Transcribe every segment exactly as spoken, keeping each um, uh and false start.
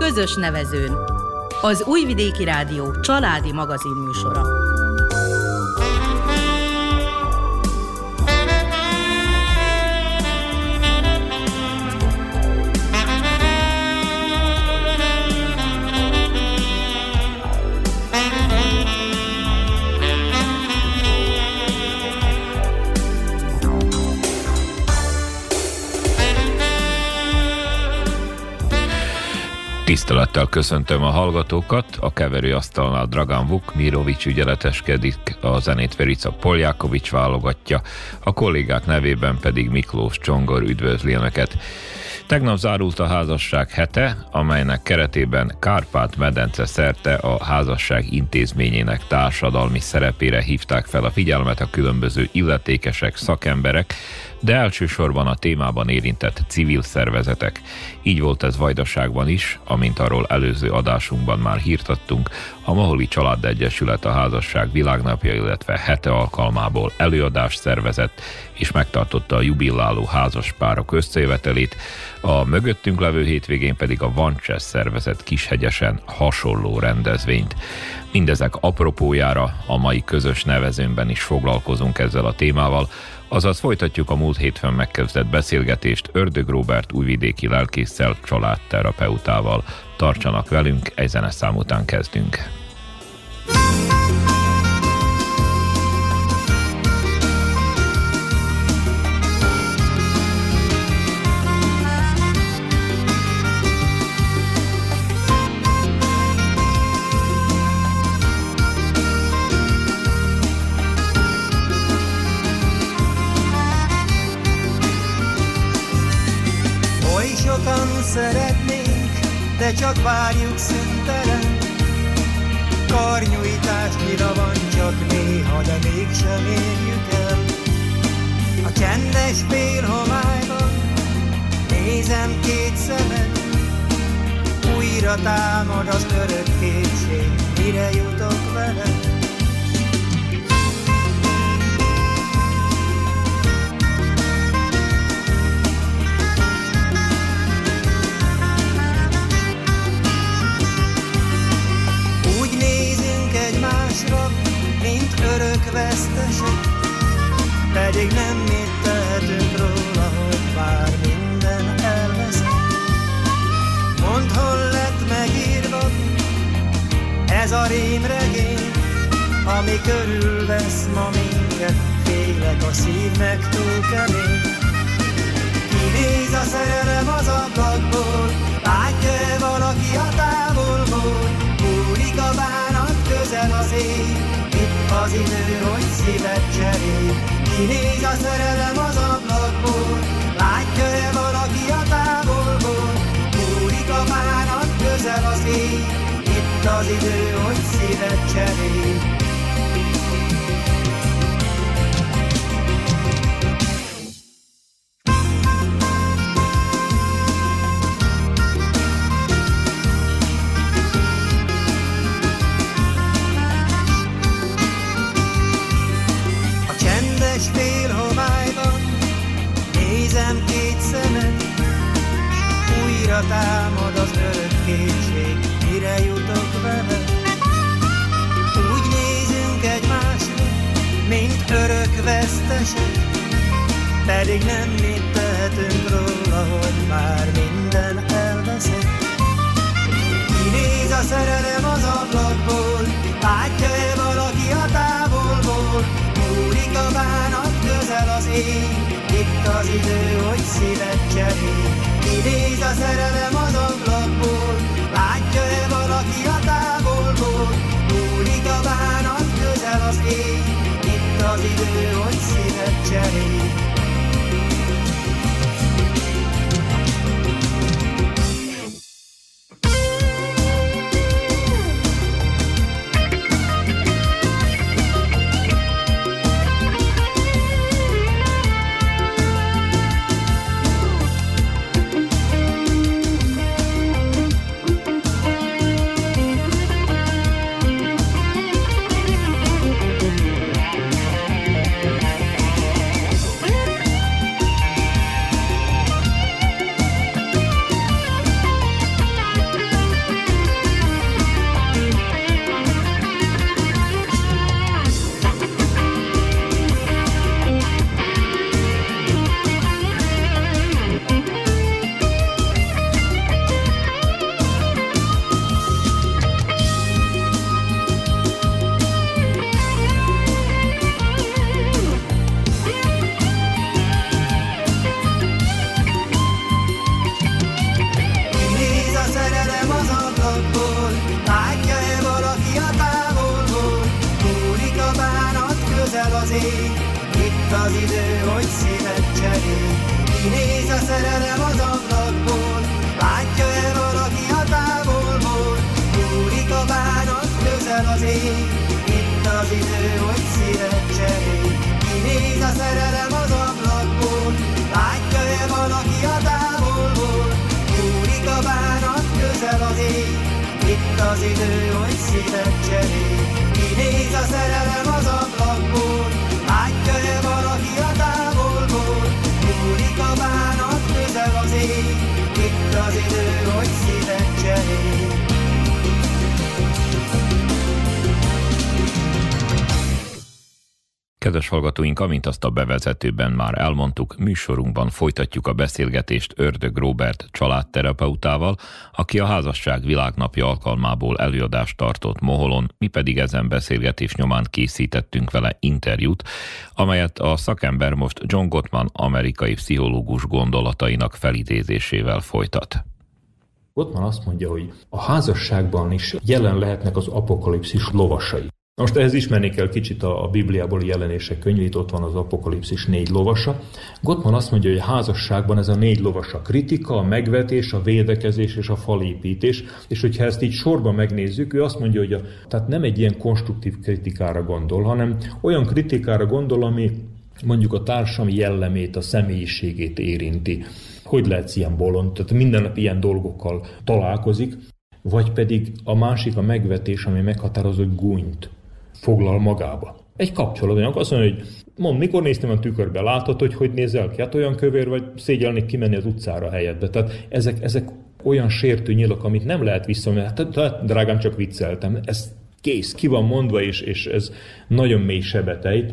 közös nevezőn. Az Újvidéki Rádió családi magazinműsora. Tisztelettel köszöntöm a hallgatókat, a keverőasztalnál Dragan Vuk Mirovics ügyeleteskedik, a zenét Verica Poljákovics válogatja, a kollégák nevében pedig Miklós Csongor üdvözli önöket. Tegnap zárult a házasság hete, amelynek keretében Kárpát-medence szerte a házasság intézményének társadalmi szerepére hívták fel a figyelmet a különböző illetékesek, szakemberek, de elsősorban a témában érintett civil szervezetek. Így volt ez Vajdaságban is, amint arról előző adásunkban már hírtattunk, a Moholi Családegyesület a házasság világnapja, illetve hete alkalmából előadást szervezett, és megtartotta a jubiláló házaspárok összejövetelét, a mögöttünk levő hétvégén pedig a Vancsesz szervezett Kishegyesen hasonló rendezvényt. Mindezek apropójára a mai közös nevezőnben is foglalkozunk ezzel a témával, azaz folytatjuk a múlt hétfőn megkezdett beszélgetést Ördög Róbert újvidéki lelkésszel, családterapeutával. Tartsanak velünk, egy zeneszám után kezdünk. Szeretnénk, de csak várjuk szüntelen. Karnyújtásnyira van csak néha, de mégsem érjük el. A csendes félhomályban nézem két szemed, újra támad az örökkétség, mire jutok veled. Mint örök vesztesek, pedig nem mit tehetünk róla, hogy már minden elveszett. Mondd, hol lett megírva ez a rémregény, ami körülvesz ma minket, félek a szívnek túl kemény. Kinéz a szerelem az ablakból, látja-e valaki a távolból, múlik a bánat, közel az ég, itt az idő, hogy szívet cserél. Kinéz a szerelem az ablakból, látja-e valaki a távolból, múlik a bánat, közel az ég, itt az idő, hogy szívet cserél. Nézem két szemed, újra támad az örökkétség, mire jutok veled. Úgy nézünk egymásra, mint örök vesztesek, pedig nem mit tehetünk róla, hogy már minden elveszett. Kinéz a szerelem az ablakból, látja-e valaki a távolból, múlik a bánat, közel az ég, itt az idő, hogy szívet cserél. Kinéz a szerelem az ablakból, látja-e valaki a távolból, múlik a bánat, közel az ég, itt az idő, hogy szívet cserél. Itt az idő, hogy szívet cserél. Kinéz a szerelem az ablakból, látja-e valaki a távolból? Múlik a bánat, közel az ég. Itt az idő, hogy szívet cserél. Kinéz a szerelem az ablakból, látja-e valaki a távolból? Múlik a bánat, közel az ég. Itt az idő, hogy szívet cserél. Kinéz a szerelem az ablakból, látja-e valaki a távolból? Múlik a bánat, közel az ég. Itt az idő, hogy szívet cserél. Kedves hallgatóink, amint azt a bevezetőben már elmondtuk, műsorunkban folytatjuk a beszélgetést Ördög Róbert családterapeutával, aki a Házasság Világnapja alkalmából előadást tartott Moholon, mi pedig ezen beszélgetés nyomán készítettünk vele interjút, amelyet a szakember most John Gottman amerikai pszichológus gondolatainak felidézésével folytat. Gottman azt mondja, hogy a házasságban is jelen lehetnek az apokalipszis lovasai. Most ehhez ismerni kell kicsit a, a Bibliából jelenések könyvét, ott van az apokalipszis négy lovasa. Gottman azt mondja, hogy a házasságban ez a négy lovas a kritika, a megvetés, a védekezés és a falépítés, és hogyha ezt így sorban megnézzük, ő azt mondja, hogy a, tehát nem egy ilyen konstruktív kritikára gondol, hanem olyan kritikára gondol, ami mondjuk a társam jellemét, a személyiségét érinti. Hogy lehetsz ilyen bolond? Tehát minden nap ilyen dolgokkal találkozik, vagy pedig a másik a megvetés, ami meghatározó gúnyt foglal magába. Egy kapcsolatban azt mondja, hogy mond, mikor néztem a tükörbe, látod, hogy hogy nézel ki? Hát olyan kövér vagy, szégyelnék kimenni az utcára helyedbe. Tehát ezek, ezek olyan sértő nyilak, amit nem lehet visszamenni. Hát, hát drágám, csak vicceltem. Ez kész, ki van mondva, és, és ez nagyon mély sebet ejt.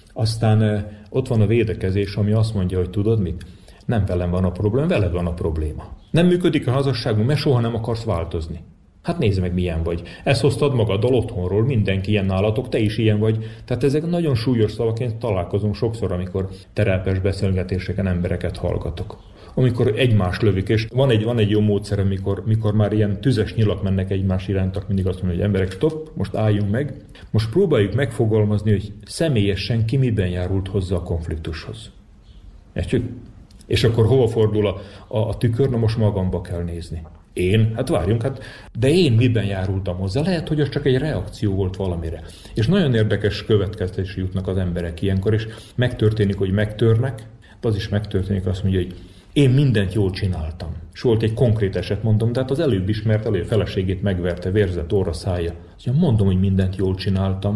Aztán ott van a védekezés, ami azt mondja, hogy tudod mit? Nem velem van a probléma, veled van a probléma. Nem működik a házasságunk, mert soha nem akarsz változni. Hát nézd meg, milyen vagy. Ezt hoztad magaddal otthonról, mindenki ilyen nálatok, te is ilyen vagy. Tehát ezek nagyon súlyos szavaként találkozunk sokszor, amikor terápiás beszélgetéseken embereket hallgatok. Amikor egymást lövik, és van egy, van egy jó módszer, amikor, mikor már ilyen tüzes nyilak mennek egymás irántak, mindig azt mondja, hogy emberek, stop, most álljunk meg. Most próbáljuk megfogalmazni, hogy személyesen ki miben járult hozzá a konfliktushoz. Értjük? És akkor hova fordul a, a, a tükör? Na most magamba kell nézni. Én? Hát várjunk, hát, de én miben járultam hozzá? Lehet, hogy az csak egy reakció volt valamire. És nagyon érdekes következtetésre jutnak az emberek ilyenkor, és megtörténik, hogy megtörnek, de az is megtörténik, azt mondja, hogy én mindent jól csináltam. És volt egy konkrét eset, mondom, de hát az előbb ismert, elő a feleségét megverte, vérzett orra, szája. Azt mondja, mondom, hogy mindent jól csináltam.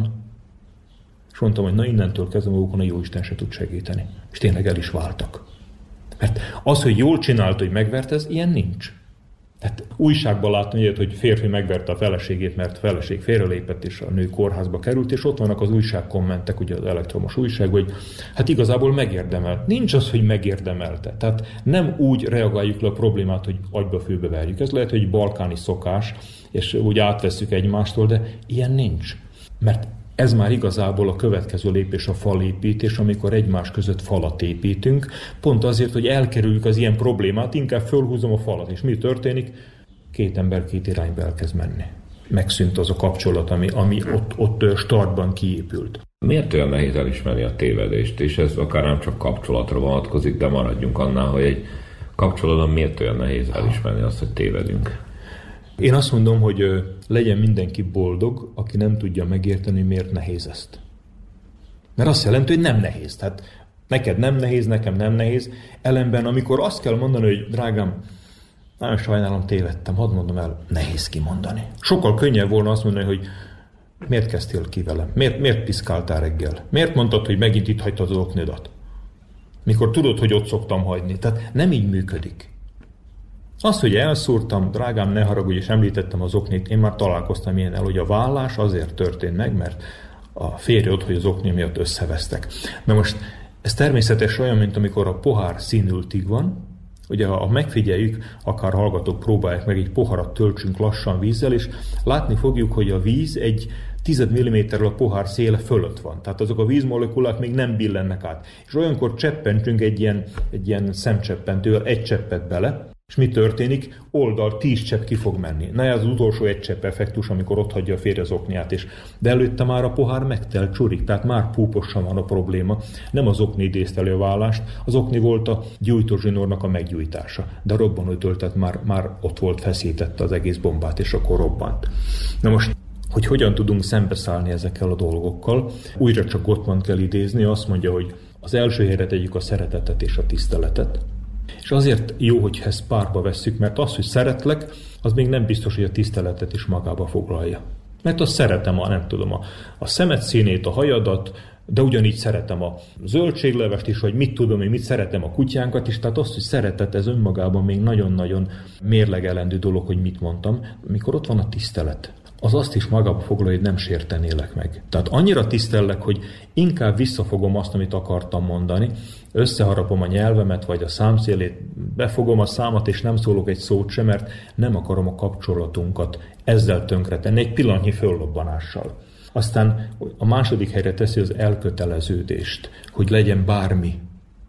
És mondtam, hogy na innentől kezdve magukon a Jóisten se tud segíteni. És tényleg el is váltak. Mert az, hogy jól csinált, hogy megvert, ez ilyen nincs. Tehát újságban látni ilyet, hogy férfi megverte a feleségét, mert a feleség félrelépett, és a nő kórházba került, és ott vannak az újságkommentek, ugye az elektromos újság, hogy hát igazából megérdemelt. Nincs az, hogy megérdemelte. Tehát nem úgy reagáljuk le a problémát, hogy agyba főbe verjük. Ez lehet, hogy balkáni szokás, és úgy átvesszük egymástól, de ilyen nincs. Mert ez már igazából a következő lépés a falépítés, amikor egymás között falat építünk, pont azért, hogy elkerüljük az ilyen problémát, inkább fölhúzom a falat. És mi történik? Két ember két irányba elkezd menni. Megszűnt az a kapcsolat, ami, ami ott, ott startban kiépült. Miért olyan nehéz elismerni a tévedést? És ez akár nem csak kapcsolatra vonatkozik, de maradjunk annál, hogy egy kapcsolatban miért olyan nehéz elismerni azt, hogy tévedünk? Én azt mondom, hogy legyen mindenki boldog, aki nem tudja megérteni, miért nehéz ezt. Mert azt jelenti, hogy nem nehéz. Tehát neked nem nehéz, nekem nem nehéz. Ellenben, amikor azt kell mondani, hogy drágám, nagyon sajnálom, tévedtem, hadd mondom el, nehéz kimondani. Sokkal könnyebb volna azt mondani, hogy miért kezdtél ki velem? Miért, miért piszkáltál reggel? Miért mondtad, hogy megint itt hagytad az oknidat? Mikor tudod, hogy ott szoktam hagyni. Tehát nem így működik. Az, hogy elszúrtam, drágám, ne haragudj, és említettem az oknit, én már találkoztam ilyennel, hogy a vállás azért történt meg, mert a férj ott, hogy az okni miatt összevesztek. Na most ez természetesen olyan, mint amikor a pohár színültig van, ugye ha megfigyeljük, akár hallgatók próbálják meg, egy poharat töltsünk lassan vízzel, és látni fogjuk, hogy a víz egy tized milliméterrel a pohár széle fölött van. Tehát azok a vízmolekulák még nem billennek át. És olyankor cseppentsünk egy ilyen, egy ilyen szemcseppentővel egy cseppet bele, És mi történik? Oldal tíz csepp ki fog menni. Na ez az utolsó egy csepp effektus, amikor ott hagyja a férje az okniát is. De előtte már a pohár megtelt csurik, tehát már púposan van a probléma. Nem az okni idézte elő a vállást, az okni volt a gyújtózsinórnak a meggyújtása. De a robbanótől, tehát már, már ott volt, feszítette az egész bombát, és akkor robbant. Na most, hogy hogyan tudunk szembeszállni ezekkel a dolgokkal, újra csak Gottman kell idézni, azt mondja, hogy az első helyre tegyük a szeretetet és a tiszteletet. És azért jó, hogy ezt párba vesszük, mert az, hogy szeretlek, az még nem biztos, hogy a tiszteletet is magába foglalja. Mert azt szeretem a, nem tudom, a, a szemed színét, a hajadat, de ugyanígy szeretem a zöldséglevest is, vagy mit tudom én, mit szeretem a kutyánkat is, tehát azt, hogy szeretet, ez önmagában még nagyon-nagyon mérlegelendő dolog, hogy mit mondtam, mikor ott van a tisztelet. Az azt is magába foglalja, hogy nem sértenélek meg. Tehát annyira tisztellek, hogy inkább visszafogom azt, amit akartam mondani, összeharapom a nyelvemet, vagy a számszélét, befogom a számat, és nem szólok egy szót sem, mert nem akarom a kapcsolatunkat ezzel tönkretenni, egy pillanatnyi föllobbanással. Aztán a második helyre teszi az elköteleződést, hogy legyen bármi,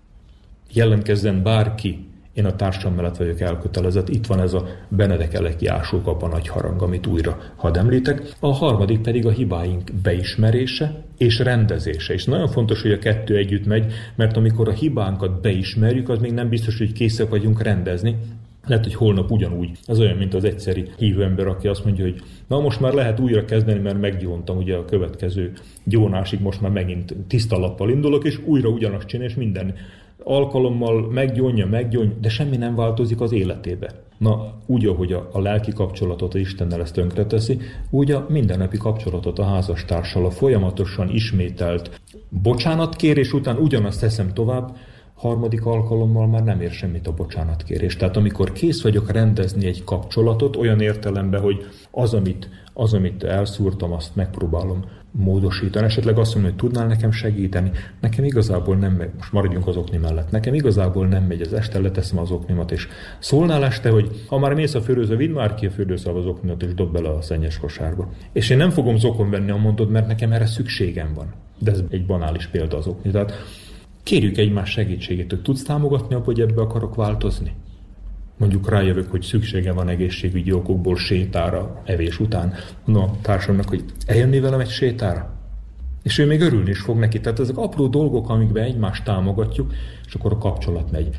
jelentkezzen bárki. Én a társam mellett vagyok elkötelezett. Itt van ez a Benedek Eleki ásókapa nagy harang, amit újra hadd említek. A harmadik pedig a hibáink beismerése és rendezése. És nagyon fontos, hogy a kettő együtt megy, mert amikor a hibánkat beismerjük, az még nem biztos, hogy készek vagyunk rendezni. Lehet, hogy holnap ugyanúgy. Ez olyan, mint az egyszeri hívő ember, aki azt mondja, hogy na most már lehet újra kezdeni, mert meggyóntam ugye a következő gyónásig, most már megint tiszta lappal indulok, és újra ugyanazt csinál, és minden alkalommal meggyónja, meggyónja, de semmi nem változik az életébe. Na, úgy, ahogy a, a lelki kapcsolatot az Istennel ezt tönkreteszi, úgy a mindennapi kapcsolatot a házastársal, a folyamatosan ismételt bocsánatkérés után ugyanazt teszem tovább, harmadik alkalommal már nem ér semmit a bocsánatkérés. Tehát amikor kész vagyok rendezni egy kapcsolatot, olyan értelemben, hogy az, amit, az, amit elszúrtam, azt megpróbálom módosítani. Esetleg azt mondom, hogy tudnál nekem segíteni. Nekem igazából nem megy, most maradjunk az okni mellett, nekem igazából nem megy, az este leteszem az oknimat, és szólnál este, hogy ha már mész a fürőző, vidd már ki a fürdőszalba az oknimat, és dob bele a szennyes kosárba. És én nem fogom zokon venni a mondod, mert nekem erre szükségem van. De ez egy banális példa az okni. Tehát kérjük egymás segítségét, hogy tudsz támogatni abba, hogy ebbe akarok változni? Mondjuk rájövök, hogy szükségem van egészségügyi okokból sétára, evés után. Mondom a társamnak, hogy eljönni velem egy sétára? És ő még örülni is fog neki. Tehát ezek apró dolgok, amikben egymást támogatjuk, és akkor a kapcsolat megy.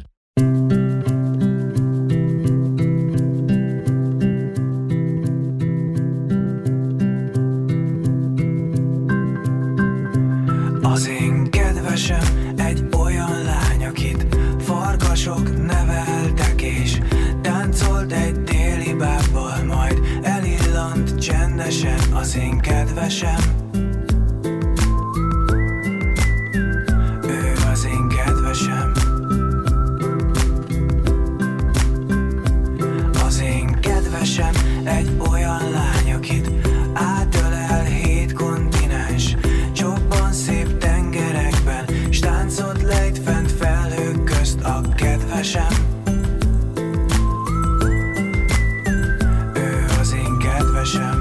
Az én kedvesem egy olyan lány, akit farkasok neveltek, és táncolt egy déli bábbal, majd elillant csendesen. Az én kedvesem, ő az én kedvesem. Az én kedvesem egy olyan lány, akit átölel hét kontinens, csobban szép tengerekben, s táncot lejt fent felhők közt. A kedvesem, ő az én kedvesem.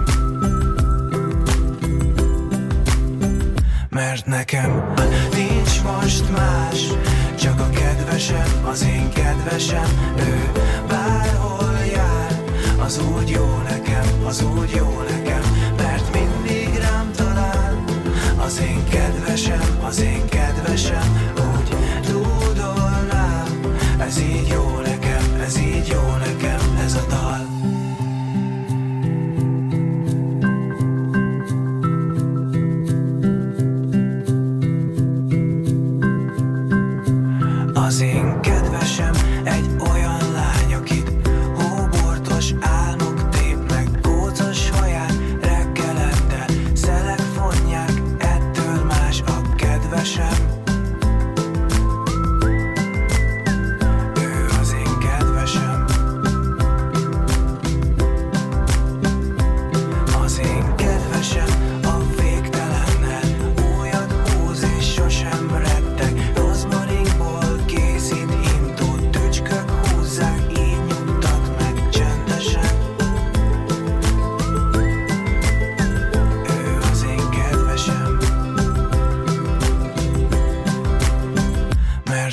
Mert nekem nincs most más, csak a kedvesem, az én kedvesem. Ő bárhol jár, az úgy jó nekem, az úgy jó nekem, mert mindig rám talál. Az én kedvesem, az én kedvesem, úgy dúdolnám. Ez így jó nekem, ez így jó nekem, ez a dal. Az én kedvesem egy olyan lány, akit hóbortos álmok tépnek, kócos haját reggelente, szelek fonják, ettől más. A kedvesem, ő az én kedvesem. Az én kedvesem a végtelennel újat húz és sosem retteg, rozmarinból készít hintót, tücskök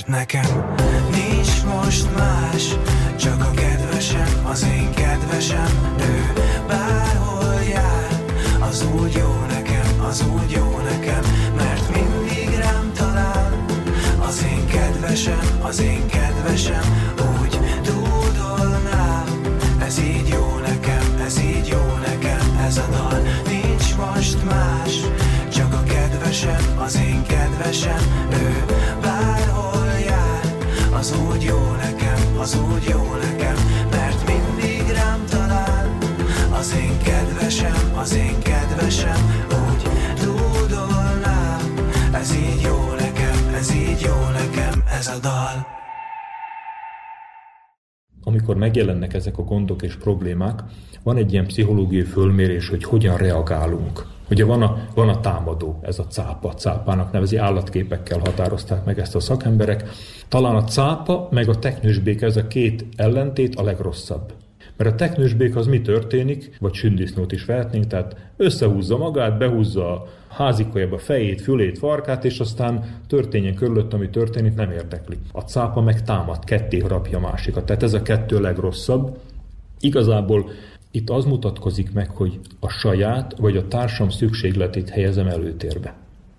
mert nekem nincs most más, csak a kedvesem, az én kedvesem, ő bárhol jár, az úgy jó nekem, az úgy jó nekem, mert mindig rám talál. Az én kedvesem, az én kedvesem, úgy dúdolnál. Ez így jó nekem, ez így jó nekem, ez a dal. Nincs most más, csak a kedvesem, az én kedvesem, ő bárhol jár. Az úgy jó nekem, az úgy jó nekem, mert mindig rám talál. Az én kedvesem, az én kedvesem, úgy dúdolnál. Ez így jó nekem, ez így jó nekem, ez a dal. Amikor megjelennek ezek a gondok és problémák, van egy ilyen pszichológiai fölmérés, hogy hogyan reagálunk. Ugye van a, van a támadó, ez a cápa, cápának nevezi, állatképekkel határozták meg ezt a szakemberek. Talán a cápa meg a teknősbéka, ez a két ellentét a legrosszabb. Mert a teknősbék az mi történik, vagy sündisznót is vehetnénk, tehát összehúzza magát, behúzza a házikajába fejét, fülét, farkát, és aztán történjen körülött, ami történik, nem érdekli. A cápa meg támad, ketté harapja a másikat, tehát ez a kettő legrosszabb. Igazából itt az mutatkozik meg, hogy a saját vagy a társam szükségletét helyezem előtérbe.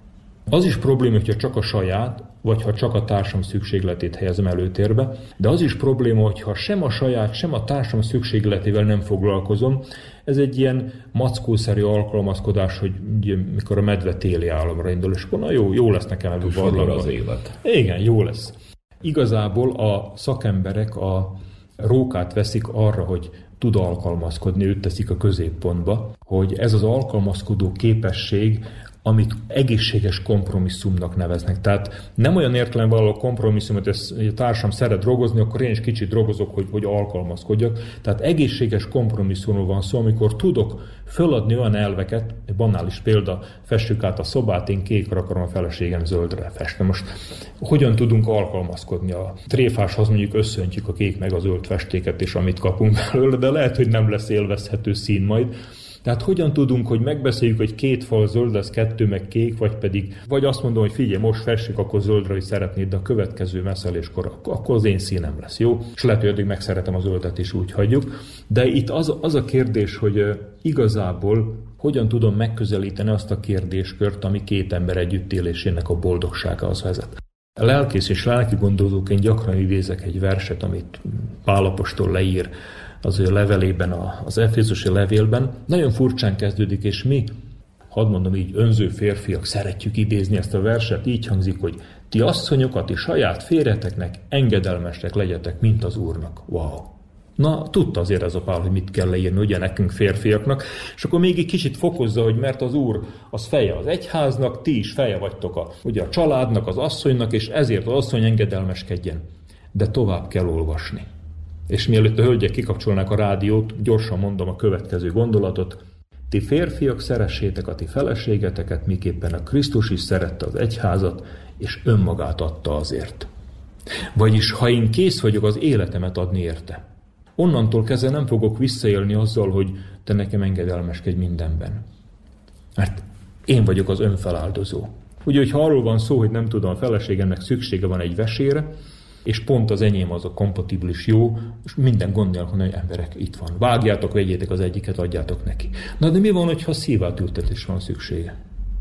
Az is probléma, hogyha csak a saját, vagy ha csak a társam szükségletét helyezem előtérbe, de az is probléma, hogyha sem a saját, sem a társam szükségletével nem foglalkozom. Ez egy ilyen mackószerű alkalmazkodás, hogy ugye, mikor a medve téli álomra indul, és akkor na jó, jó lesz nekem ebből barlangban. Az élet. Igen, jó lesz. Igazából a szakemberek a rókát veszik arra, hogy tud alkalmazkodni, őt teszik a középpontba, hogy ez az alkalmazkodó képesség, amit egészséges kompromisszumnak neveznek. Tehát nem olyan értelemben való kompromisszum, hogy a társam szeret drogozni, akkor én is kicsit drogozok, hogy, hogy alkalmazkodjak. Tehát egészséges kompromisszumról van szó, amikor tudok föladni olyan elveket, egy banális példa, festjük át a szobát, én kékre akarom, a feleségem zöldre festni. Most hogyan tudunk alkalmazkodni? A tréfáshoz mondjuk összöntjük a kék meg a zöld festéket, és amit kapunk belőle, de lehet, hogy nem lesz élvezhető szín majd. Tehát hogyan tudunk, hogy megbeszéljük, hogy két fal zöld lesz, kettő meg kék, vagy pedig, vagy azt mondom, hogy figyelj, most fessük, akkor zöldre, hogy szeretnéd, de a következő messzeléskor, akkor az én színem lesz, jó? És lehet, hogy addig megszeretem a zöldet, és úgy hagyjuk. De itt az, az a kérdés, hogy igazából hogyan tudom megközelíteni azt a kérdéskört, ami két ember együttélésének a boldogságához vezet. A lelkész és lelki gondozóként gyakran idézek egy verset, amit Pál apostol leír az ő levelében, az Efézusi levélben. Nagyon furcsán kezdődik, és mi, hadd mondom így, önző férfiak szeretjük idézni ezt a verset, így hangzik, hogy ti asszonyok, a ti saját férjeteknek engedelmesek legyetek, mint az Úrnak. Wow! Na, tudta azért ez a Pál, hogy mit kell leírni, ugye nekünk férfiaknak, és akkor még egy kicsit fokozza, hogy mert az Úr az feje az egyháznak, ti is feje vagytok a, ugye a családnak, az asszonynak, és ezért az asszony engedelmeskedjen. De tovább kell olvasni. És mielőtt a hölgyek kikapcsolnák a rádiót, gyorsan mondom a következő gondolatot. Ti férfiak, szeressétek a ti feleségeteket, miképpen a Krisztus is szerette az egyházat, és önmagát adta azért. Vagyis, ha én kész vagyok az életemet adni érte, onnantól kezdve nem fogok visszaélni azzal, hogy te nekem engedelmeskedj mindenben. Mert én vagyok az önfeláldozó. Ugye, hogyha arról van szó, hogy nem tudom, a feleségemnek szüksége van egy vesére, és pont az enyém az a kompatibilis jó, és minden gond nélkül, hogy emberek itt van. Vágjátok, vegyétek az egyiket, adjátok neki. Na de mi van, hogyha szívátültetés van szüksége?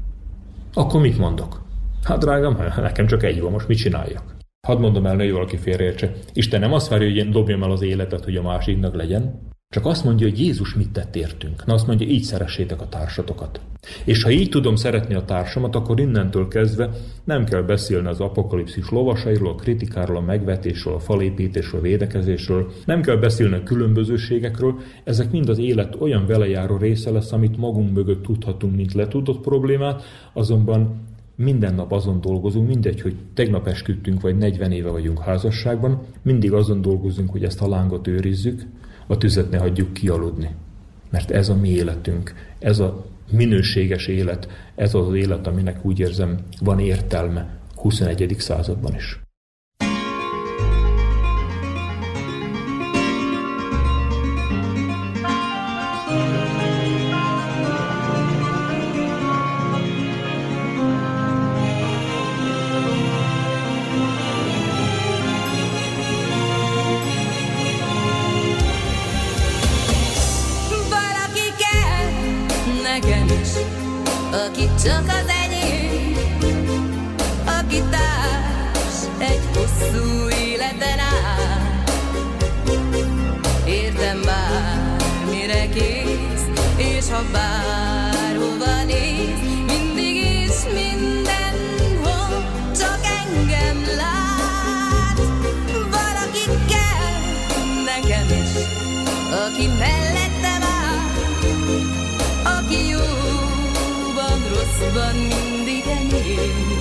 Akkor mit mondok? Hát drágám, nekem csak egy van, most mit csináljak? Hadd mondom el, hogy valaki félreértse. Isten nem azt várja, hogy én dobjam el az életet, hogy a másiknak legyen, csak azt mondja, hogy Jézus mit tett értünk. Na azt mondja, így szeressétek a társatokat. És ha így tudom szeretni a társamat, akkor innentől kezdve nem kell beszélni az apokalipszis lovasairól, a kritikáról, a megvetésről, a falépítésről, a védekezésről, nem kell beszélni a különbözőségekről, ezek mind az élet olyan velejáró része lesz, amit magunk mögött tudhatunk, mint letudott problémát, azonban minden nap azon dolgozunk, mindegy, hogy tegnap esküdtünk, vagy negyven éve vagyunk házasságban, mindig azon dolgozunk, hogy ezt a lángot őrizzük, a tüzet ne hagyjuk kialudni. Mert ez a mi életünk, ez a minőséges élet, ez az élet, aminek úgy érzem van értelme huszonegyedik században is. csak az enyém, aki társ egy hosszú életen át. Értem bármire kész, és ha bárhova néz, mindig is mindenhol csak engem lát. Valaki kell nekem is, aki mellettem áll, aki jóban, rosszban mindig enyém,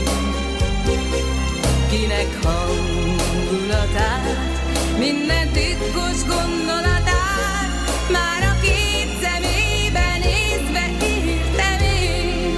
kinek hangulatát, minden titkos gondolatát már a két szemébe nézve értem én.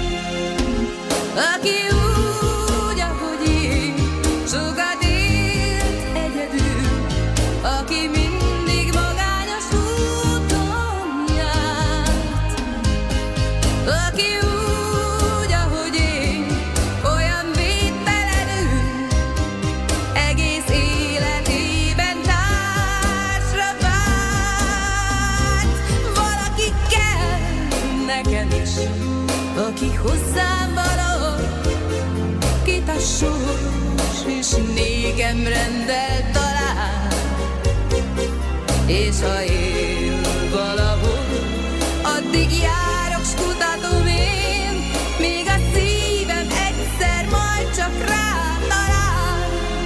Aki úgy, ahogy én, sokat élt egyedül, aki mindig magányos úton járt. Aki úgy, ahogy én, olyan védtelenül, egész életében társra várt. Valaki kell nekem is, aki hozzám való, kit a sors és nékem rendel talán. És ha él valahol, addig járok, s kutatom én, míg a szívem egyszer majd csak rá talál.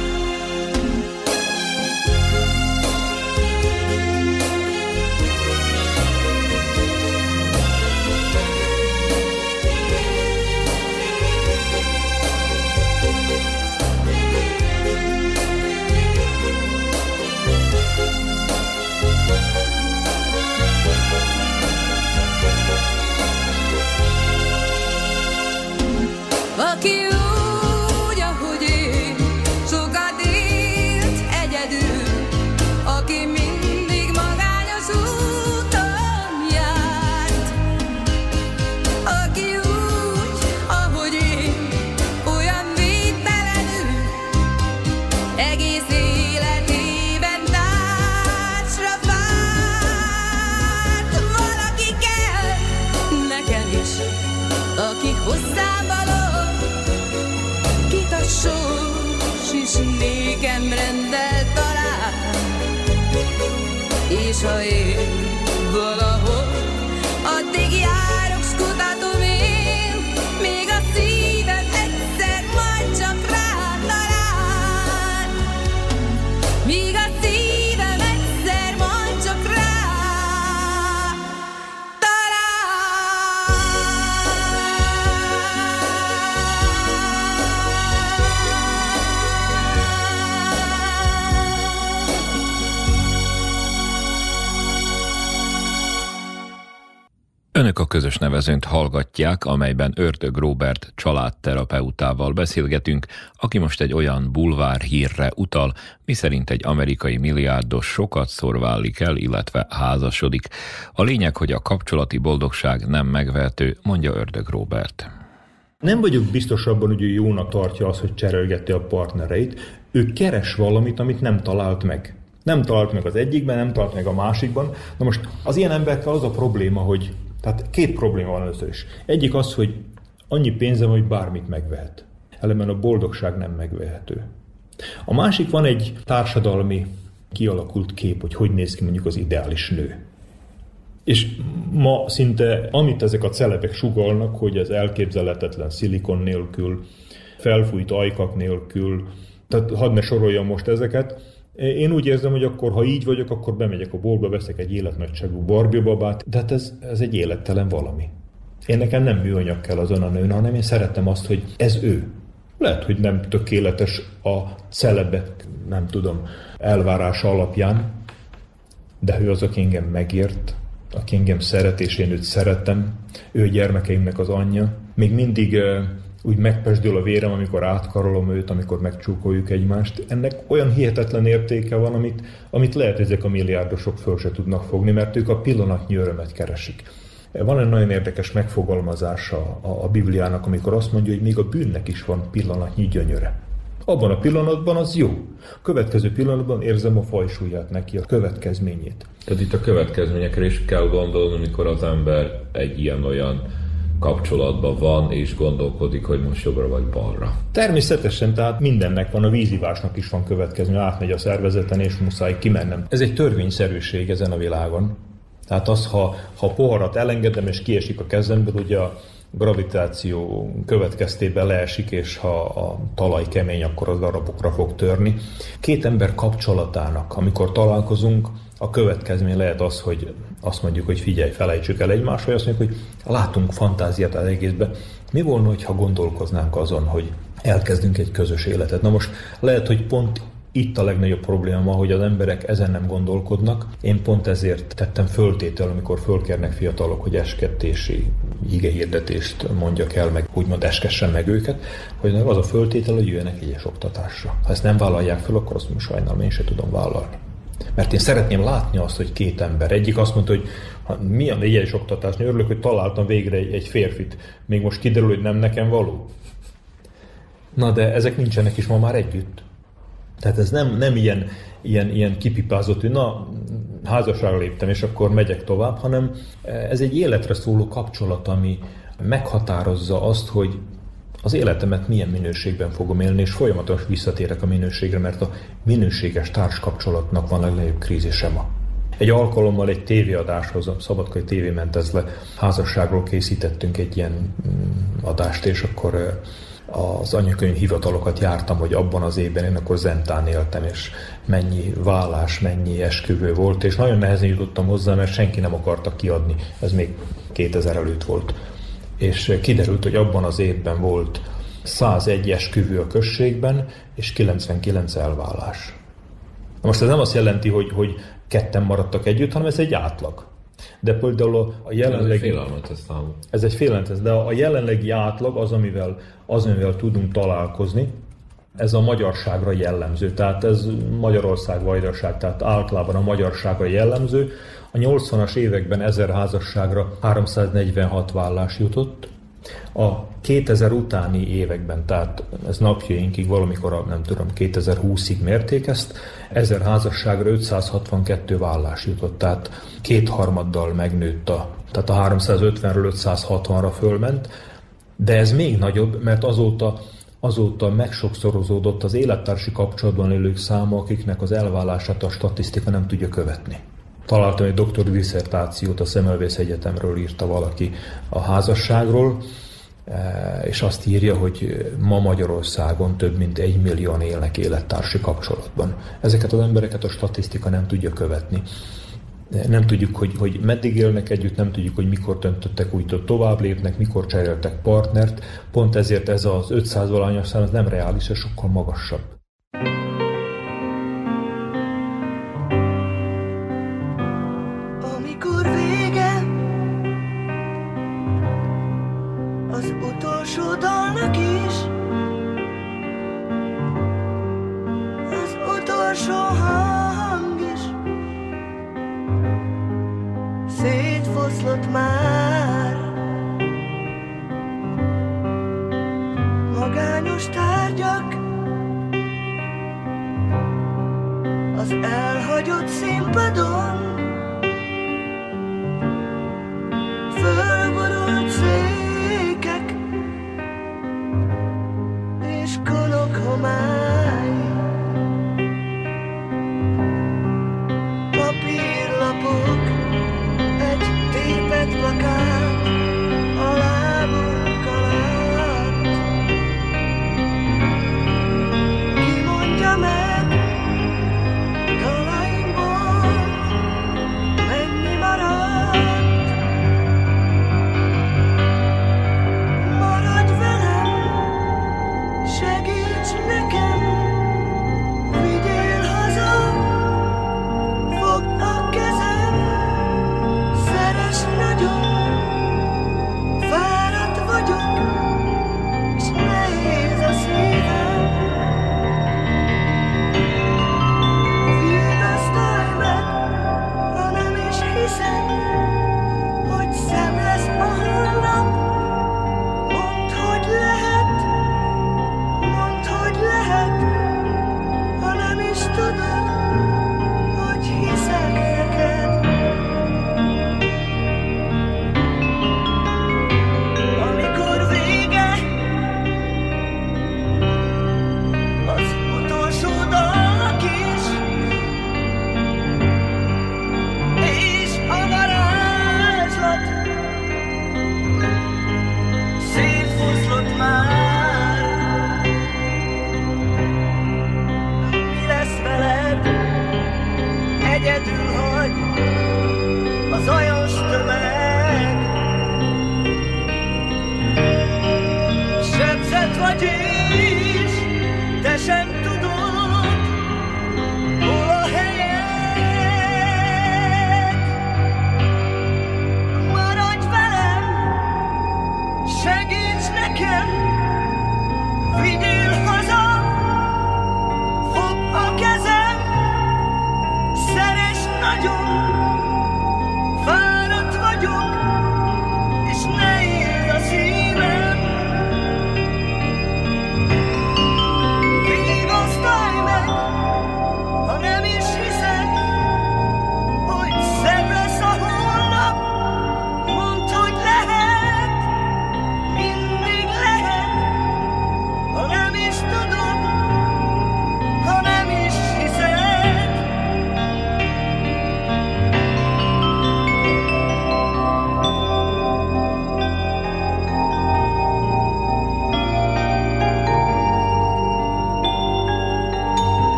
Aki úgy, ahogy én, sokat élt egyedül, aki mindig magányos úton járt. Aki úgy, ahogy én, olyan védtelenül, egész életében társra várt. Valaki kell nekem is, aki hozzám való, kit a sors is nékem rendel talán. És ha én valahol, addig járok, s kutatom én, még a szívem egyszer majd csak rá talál. Míg a szívem egyszer majd csak rá Önök a közös nevezőnt hallgatják, amelyben Ördög Róbert családterapeutával beszélgetünk, aki most egy olyan bulvár hírre utal, miszerint egy amerikai milliárdos sokat szor válik el, illetve házasodik. A lényeg, hogy a kapcsolati boldogság nem megvehető, mondja Ördög Róbert. Nem vagyok biztos abban, hogy ő jónak tartja azt, hogy cserélgeti a partnereit. Ő keres valamit, amit nem talált meg. Nem talált meg az egyikben, nem talált meg a másikban. Na most az ilyen emberekkel az a probléma, hogy tehát két probléma van először is. Egyik az, hogy annyi pénze van, hogy bármit megvehet. Ellenben a boldogság nem megvehető. A másik, van egy társadalmi kialakult kép, hogy hogy néz ki mondjuk az ideális nő. És ma szinte, amit ezek a celebek sugallnak, hogy ez elképzelhetetlen szilikon nélkül, felfújt ajkak nélkül, tehát hadd ne soroljam most ezeket. Én úgy érzem, hogy akkor, ha így vagyok, akkor bemegyek a boltba, veszek egy életnagyságú Barbie babát, de hát ez, ez egy élettelen valami. Én nekem nem műanyag kell azon a nőn, hanem én szeretem azt, hogy ez ő. Lehet, hogy nem tökéletes a celebek, nem tudom, elvárása alapján, de ő az, aki engem megért, aki engem szeret, és én őt szeretem, ő a gyermekeimnek az anyja. Még mindig uh, úgy megpesdül a vérem, amikor átkarolom őt, amikor megcsókoljuk egymást. Ennek olyan hihetetlen értéke van, amit, amit lehet, ezek a milliárdosok föl se tudnak fogni, mert ők a pillanatnyi örömet keresik. Van egy nagyon érdekes megfogalmazása a, a Bibliának, amikor azt mondja, hogy még a bűnnek is van pillanatnyi gyönyöre. Abban a pillanatban az jó. A következő pillanatban érzem a fajsúlyát neki, a következményét. Tehát itt a következményekre is kell gondolni, amikor az ember egy ilyen-olyan kapcsolatban van, és gondolkodik, hogy most jobbra vagy balra. Természetesen, tehát mindennek van, a vízivásnak is van következmény, átmegy a szervezeten, és muszáj kimennem. Ez egy törvényszerűség ezen a világon. Tehát az, ha, ha poharat elengedem, és kiesik a kezemből, ugye a gravitáció következtében leesik, és ha a talaj kemény, akkor az darabokra fog törni. Két ember kapcsolatának, amikor találkozunk, a következmény lehet az, hogy azt mondjuk, hogy figyelj, felejtsük el egymást, vagy azt mondjuk, hogy látunk fantáziát az egészben. Mi volna, ha gondolkoznánk azon, hogy elkezdünk egy közös életet? Na most lehet, hogy pont itt a legnagyobb probléma ma, hogy az emberek ezen nem gondolkodnak. Én pont ezért tettem föltétel, amikor fölkérnek fiatalok, hogy eskettési igehirdetést mondjak el, meg úgymond eskessen meg őket, hogy az a föltétel, hogy jöjjenek egyes oktatásra. Ha ezt nem vállalják föl, akkor azt mondom, sajnálom, én sem tudom vállalni. Mert én szeretném látni azt, hogy két ember. Egyik azt mondta, hogy ha, milyen egyes oktatásni, örülök, hogy találtam végre egy, egy férfit. Még most kiderül, hogy nem nekem való. Na de ezek nincsenek is ma már együtt. Tehát ez nem, nem ilyen, ilyen, ilyen kipipázott, hogy na, házasságra léptem, és akkor megyek tovább, hanem ez egy életre szóló kapcsolat, ami meghatározza azt, hogy az életemet milyen minőségben fogom élni, és folyamatosan visszatérek a minőségre, mert a minőséges társkapcsolatnak van a legnagyobb krízise ma. Egy alkalommal egy tévéadáshoz, a Szabadkai tévé ment ez le, házasságról készítettünk egy ilyen adást, és akkor az anyakönyv hivatalokat jártam, hogy abban az évben én akkor Zentán éltem, és mennyi vállás, mennyi esküvő volt, és nagyon nehezen jutottam hozzá, mert senki nem akarta kiadni, ez még kétezer előtt volt. És kiderült, hogy abban az évben volt százegy esküvő a községben, és kilencvenkilenc elvállás. Most ez nem azt jelenti, hogy, hogy ketten maradtak együtt, hanem ez egy átlag. De például a jelenlegi... Ez egy félelmetes számú. Ez egy félelmetes, de a jelenlegi átlag az, amivel, az, amivel tudunk találkozni, ez a magyarságra jellemző. Tehát ez Magyarország vajdaság, tehát általában a magyarságra jellemző. A nyolcvanas években ezer házasságra háromszáznegyvenhat vállás jutott. A kétezer utáni években, tehát ez napjainkig valamikor, a, nem tudom, kétezer-húszig mérték ezt, ezer házasságra ötszázhatvankettő vállás jutott, tehát kétharmaddal megnőtt a, tehát a háromszázötvenről ötszázhatvanra fölment, de ez még nagyobb, mert azóta, azóta megsokszorozódott az élettársi kapcsolatban élők száma, akiknek az elvállását a statisztika nem tudja követni. Találtam egy doktori disszertációt, a Semmelweis Egyetemről írta valaki a házasságról, és azt írja, hogy ma Magyarországon több mint egy millióan élnek élettársi kapcsolatban. Ezeket az embereket a statisztika nem tudja követni. Nem tudjuk, hogy, hogy meddig élnek együtt, nem tudjuk, hogy mikor döntöttek úgy, hogy tovább lépnek, mikor cseréltek partnert. Pont ezért ez az ötszáz valahányas szám, ez nem reális, ez sokkal magasabb. Amikor vége az utolsó dalnak is, az utolsó hang is szétfoszlott már, magányos tárgyak az elhagyott színpadon, fölborult székek és konok homály, papírlapok, egy tépet plakát a lábunk alatt. Ki mondja meg dalainkból,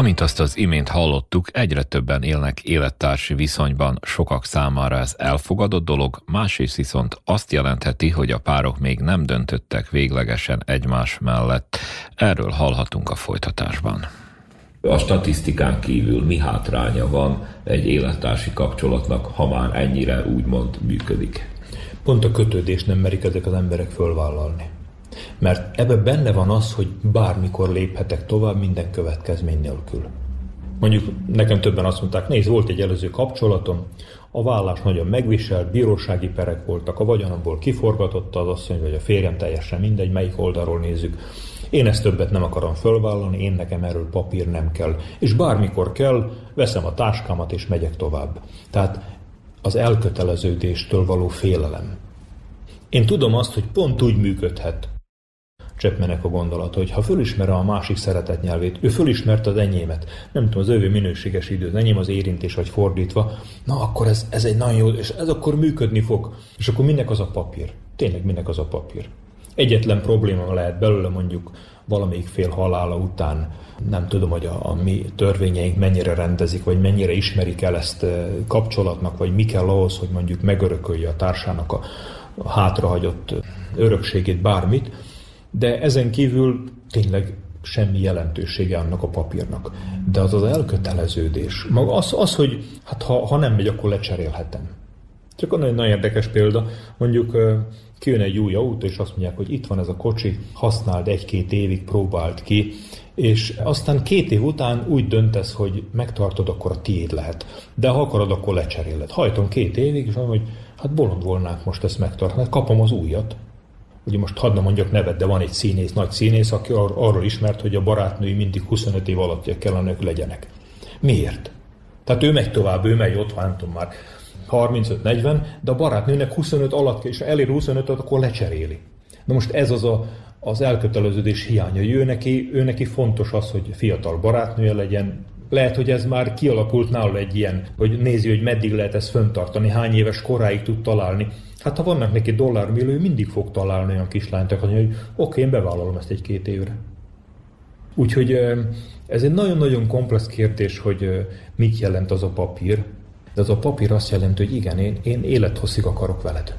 Amint azt az imént hallottuk, egyre többen élnek élettársi viszonyban, sokak számára ez elfogadott dolog, másrészt viszont azt jelentheti, hogy a párok még nem döntöttek véglegesen egymás mellett. Erről hallhatunk a folytatásban. A statisztikán kívül mi hátránya van egy élettársi kapcsolatnak, ha már ennyire úgymond működik? Pont a kötődést nem merik ezek az emberek fölvállalni. Mert ebben benne van az, hogy bármikor léphetek tovább minden következmény nélkül. Mondjuk nekem többen azt mondták, nézd, volt egy előző kapcsolatom, a vállás nagyon megviselt, bírósági perek voltak, a vagyonomból kiforgatotta az asszony, vagy a férjem, teljesen mindegy, melyik oldalról nézzük. Én ezt többet nem akarom fölvállalni, én nekem erről papír nem kell. És bármikor kell, veszem a táskámat és megyek tovább. Tehát az elköteleződéstől való félelem. Én tudom azt, hogy pont úgy működhet Chapmannek a gondolata, hogy ha fölismerem a másik szeretetnyelvét, ő fölismerte az enyémet, nem tudom, az ő minőséges idő, az enyém az érintés, vagy fordítva, na akkor ez, ez egy nagyon jó, és ez akkor működni fog. És akkor minek az a papír? Tényleg minek az a papír? Egyetlen probléma lehet belőle, mondjuk valamelyik fél halála után, nem tudom, hogy a, a mi törvényeink mennyire rendezik, vagy mennyire ismerik el ezt kapcsolatnak, vagy mi kell ahhoz, hogy mondjuk megörökölje a társának a, a hátrahagyott örökségét, bármit, de ezen kívül tényleg semmi jelentősége annak a papírnak. De az az elköteleződés, maga az, az hogy hát ha, ha nem megy, akkor lecserélhetem. Csak nagyon, nagyon érdekes példa, mondjuk kijön egy új autó, és azt mondják, hogy itt van ez a kocsi, használd egy-két évig, próbáld ki, és aztán két év után úgy döntesz, hogy megtartod, akkor a tiéd lehet. De ha akarod, akkor lecseréled. Hajtom két évig, és mondom, hogy hát bolond volnák most ezt megtartani, kapom az újat. Ugye most hadd nem mondjak nevet, de van egy színész, nagy színész, aki ar- arról ismert, hogy a barátnői mindig huszonöt év alatt kellene, hogy legyenek. Miért? Tehát ő megy tovább, ő megy ott, nem tudom már, harmincöt negyven, de a barátnőnek huszonöt alatt, és elér huszonötöt, akkor lecseréli. Na most ez az a, az elköteleződés hiánya. Ő neki, ő neki fontos az, hogy fiatal barátnője legyen. Lehet, hogy ez már kialakult nála egy ilyen, hogy nézi, hogy meddig lehet ezt föntartani, hány éves koráig tud találni. Hát ha vannak neki dollármillő, mindig fog találni olyan kislányt, hogy oké, okay, én bevállalom ezt egy-két évre. Úgyhogy ez egy nagyon-nagyon komplex kérdés, hogy mit jelent az a papír. De az a papír azt jelenti, hogy igen, én, én élethosszig akarok veled.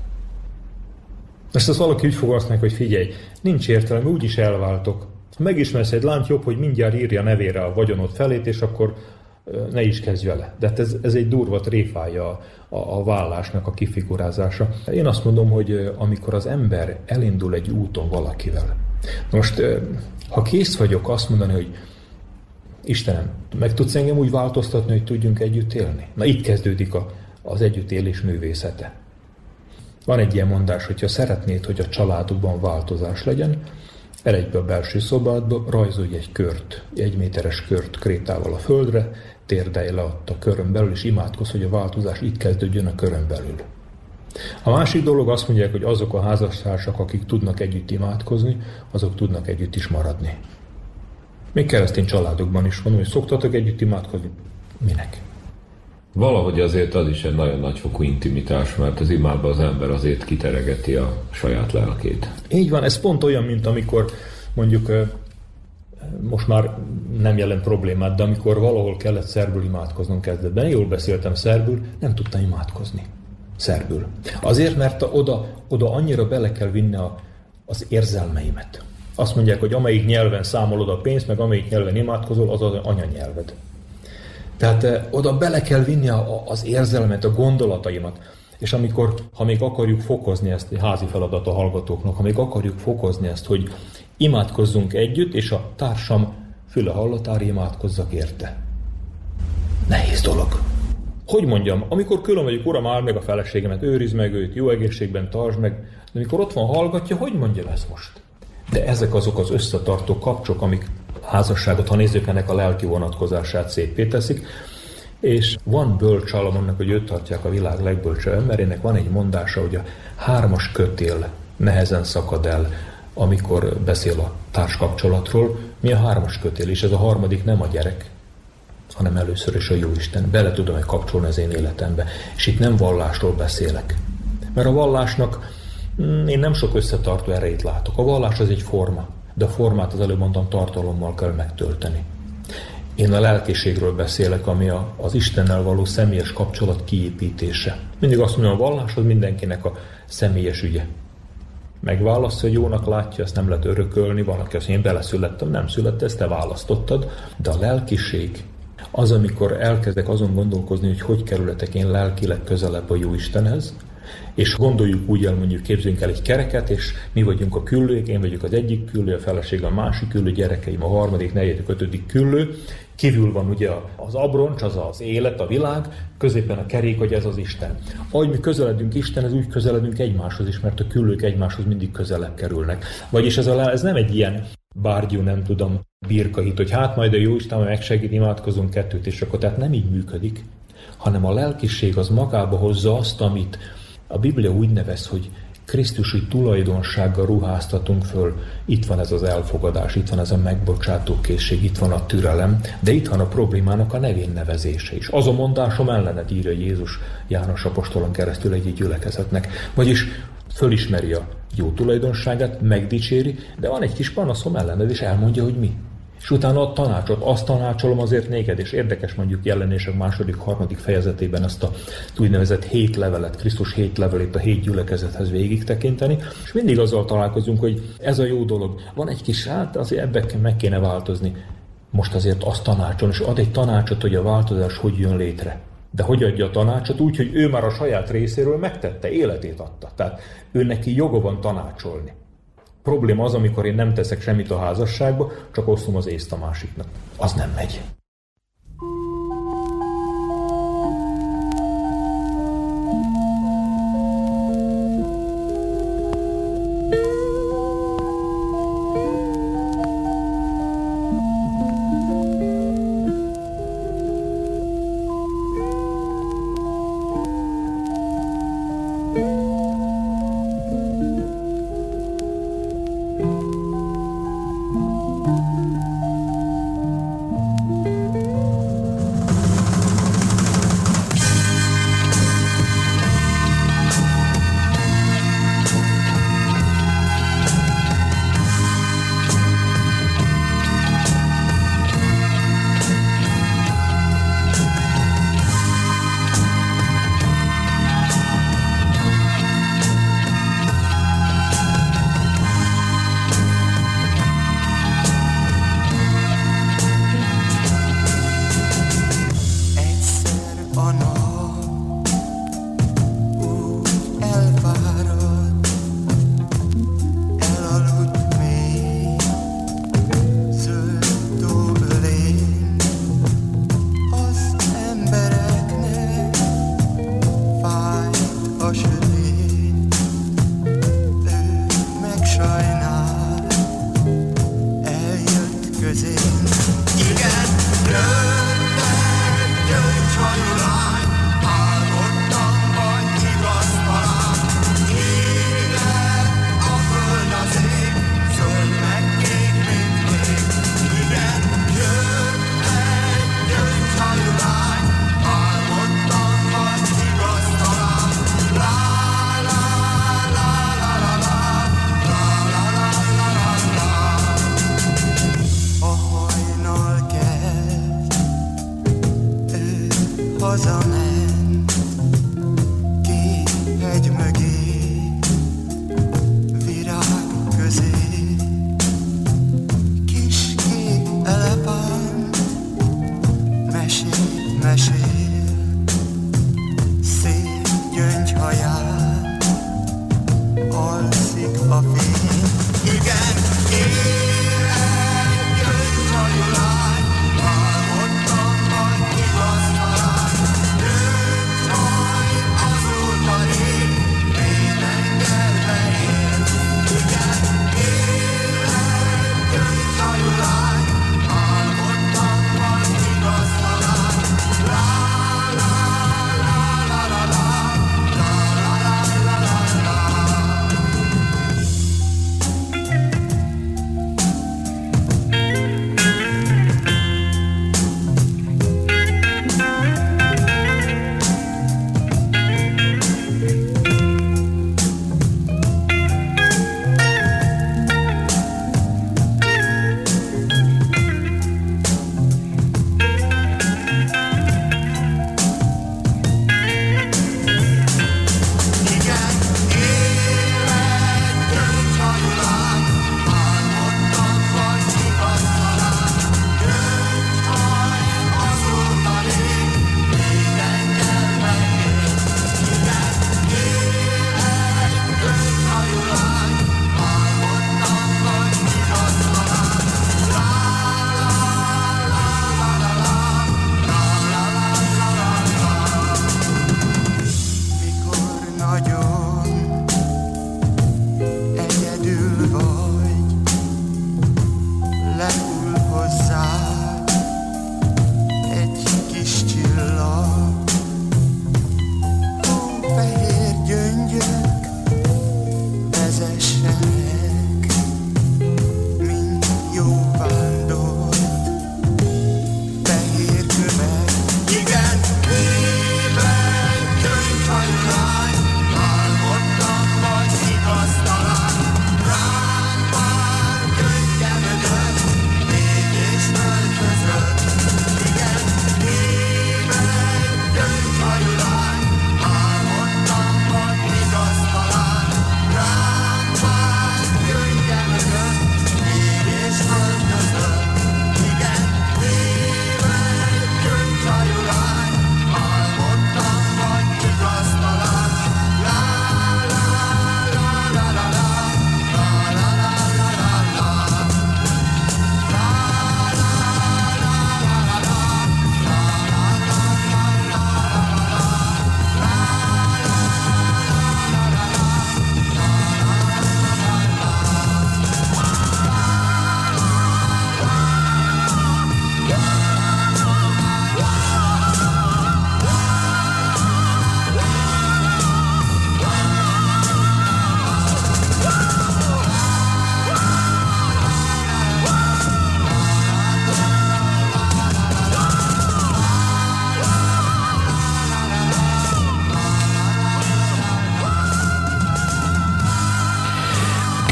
Most az valaki úgy fogalmaznak, hogy figyelj, nincs értelme, úgyis elváltok. Ha megismersz egy lányt, jobb, hogy mindjárt írja nevére a vagyonod felét, és akkor ne is kezdj vele. De hát ez, ez egy durva tréfája a, a, a vállásnak a kifigurázása. Én azt mondom, hogy amikor az ember elindul egy úton valakivel, most ha kész vagyok azt mondani, hogy Istenem, meg tudsz engem úgy változtatni, hogy tudjunk együtt élni? Na itt kezdődik a, az együttélés művészete. Van egy ilyen mondás, hogyha szeretnéd, hogy a családokban változás legyen, eredj be a belső szobádba, rajzolj egy kört, egy méteres kört krétával a földre, térdelj le ott a körön belül, és imádkozz, hogy a változás itt kezdődjön a körön belül. A másik dolog, azt mondják, hogy azok a házastársak, akik tudnak együtt imádkozni, azok tudnak együtt is maradni. Még keresztény családokban is mondom, hogy szoktatok együtt imádkozni? Minek? Valahogy azért az is egy nagyon nagyfokú intimitás, mert az imádban az ember azért kiteregeti a saját lelkét. Így van, ez pont olyan, mint amikor mondjuk most már nem jelent problémát, de amikor valahol kellett szerbül imádkoznom kezdetben, én jól beszéltem szerbül, nem tudtam imádkozni szerbül. Azért, mert oda, oda annyira bele kell vinni a, az érzelmeimet. Azt mondják, hogy amelyik nyelven számolod a pénzt, meg amelyik nyelven imádkozol, az az anyanyelved. Tehát eh, oda bele kell vinni a, a, az érzelmet, a gondolataimat. És amikor, ha még akarjuk fokozni ezt, egy házi feladat a hallgatóknak, ha még akarjuk fokozni ezt, hogy imádkozzunk együtt, és a társam füle hallatára imádkozzak érte. Nehéz dolog. Hogy mondjam, amikor külön vagyok, uram, áld meg a feleségemet, őrizd meg őt, jó egészségben tartsd meg, de amikor ott van, hallgatja, hogy mondjam ezt most? De ezek azok az összetartó kapcsok, amik házasságot, ha nézzük, ennek a lelki vonatkozását széppé teszik, és van bölcs Salamonnak, hogy őt tartják a világ legbölcsebb emberének, van egy mondása, hogy a hármas kötél nehezen szakad el, amikor beszél a társkapcsolatról. Mi a hármas kötél? És ez a harmadik nem a gyerek, hanem először is a Jóisten. Bele tudom egy kapcsolni az én életembe. És itt nem vallásról beszélek. Mert a vallásnak én nem sok összetartó erejét látok. A vallás az egy forma, de a formát az előbb mondtam tartalommal kell megtölteni. Én a lelkiségről beszélek, ami a, az Istennel való személyes kapcsolat kiépítése. Mindig azt mondom, a vallás az mindenkinek a személyes ügye. Megválasztja, hogy jónak látja, ezt nem lehet örökölni, van, aki azt mondja, én beleszülettem, nem születtem, ezt te választottad, de a lelkiség az, amikor elkezdek azon gondolkozni, hogy hogy kerületek én lelkileg közelebb a jó Istenhez, és gondoljuk úgy el, mondjuk képzeljünk el egy kereket, és mi vagyunk a küllők, én vagyok az egyik küllő, a feleség a másik küllő, gyerekeim a harmadik, negyedik, ötödik küllő. Kívül van ugye az abroncs, az az élet, a világ, középen a kerék, hogy ez az Isten. Ahogy mi közeledünk Istenhez, úgy közeledünk egymáshoz is, mert a küllők egymáshoz mindig közelebb kerülnek. Vagyis ez, a, ez nem egy ilyen bárgyú, nem tudom, birkahit, hogy hát majd a jó Isten majd megsegít, imádkozunk kettőt, és akkor tehát nem így működik, hanem a lelkiség az magába hozza azt, amit a Biblia úgy nevez, hogy krisztusi tulajdonsággal ruháztatunk föl. Itt van ez az elfogadás, itt van ez a megbocsátókészség, itt van a türelem, de itt van a problémának a nevén nevezése is. Az a mondásom ellened, írja Jézus János apostolon keresztül egy gyülekezetnek. Vagyis fölismeri a jó tulajdonságát, megdicséri, de van egy kis panaszom ellened, és elmondja, hogy mi. És utána a tanácsot, azt tanácsolom azért néked, és érdekes mondjuk Jelenések második, harmadik fejezetében ezt a úgynevezett hét levelet, Krisztus hét levelét a hét gyülekezethez végig tekinteni, és mindig azzal találkozunk, hogy ez a jó dolog. Van egy kis, hát azért ebben meg kéne változni. Most azért azt tanácsolom, és ad egy tanácsot, hogy a változás hogy jön létre. De hogy adja a tanácsot? Úgy, hogy ő már a saját részéről megtette, életét adta. Tehát ő neki joga van tanácsolni. Probléma az, amikor én nem teszek semmit a házasságba, csak osztom az észt a másiknak. Az nem megy. Love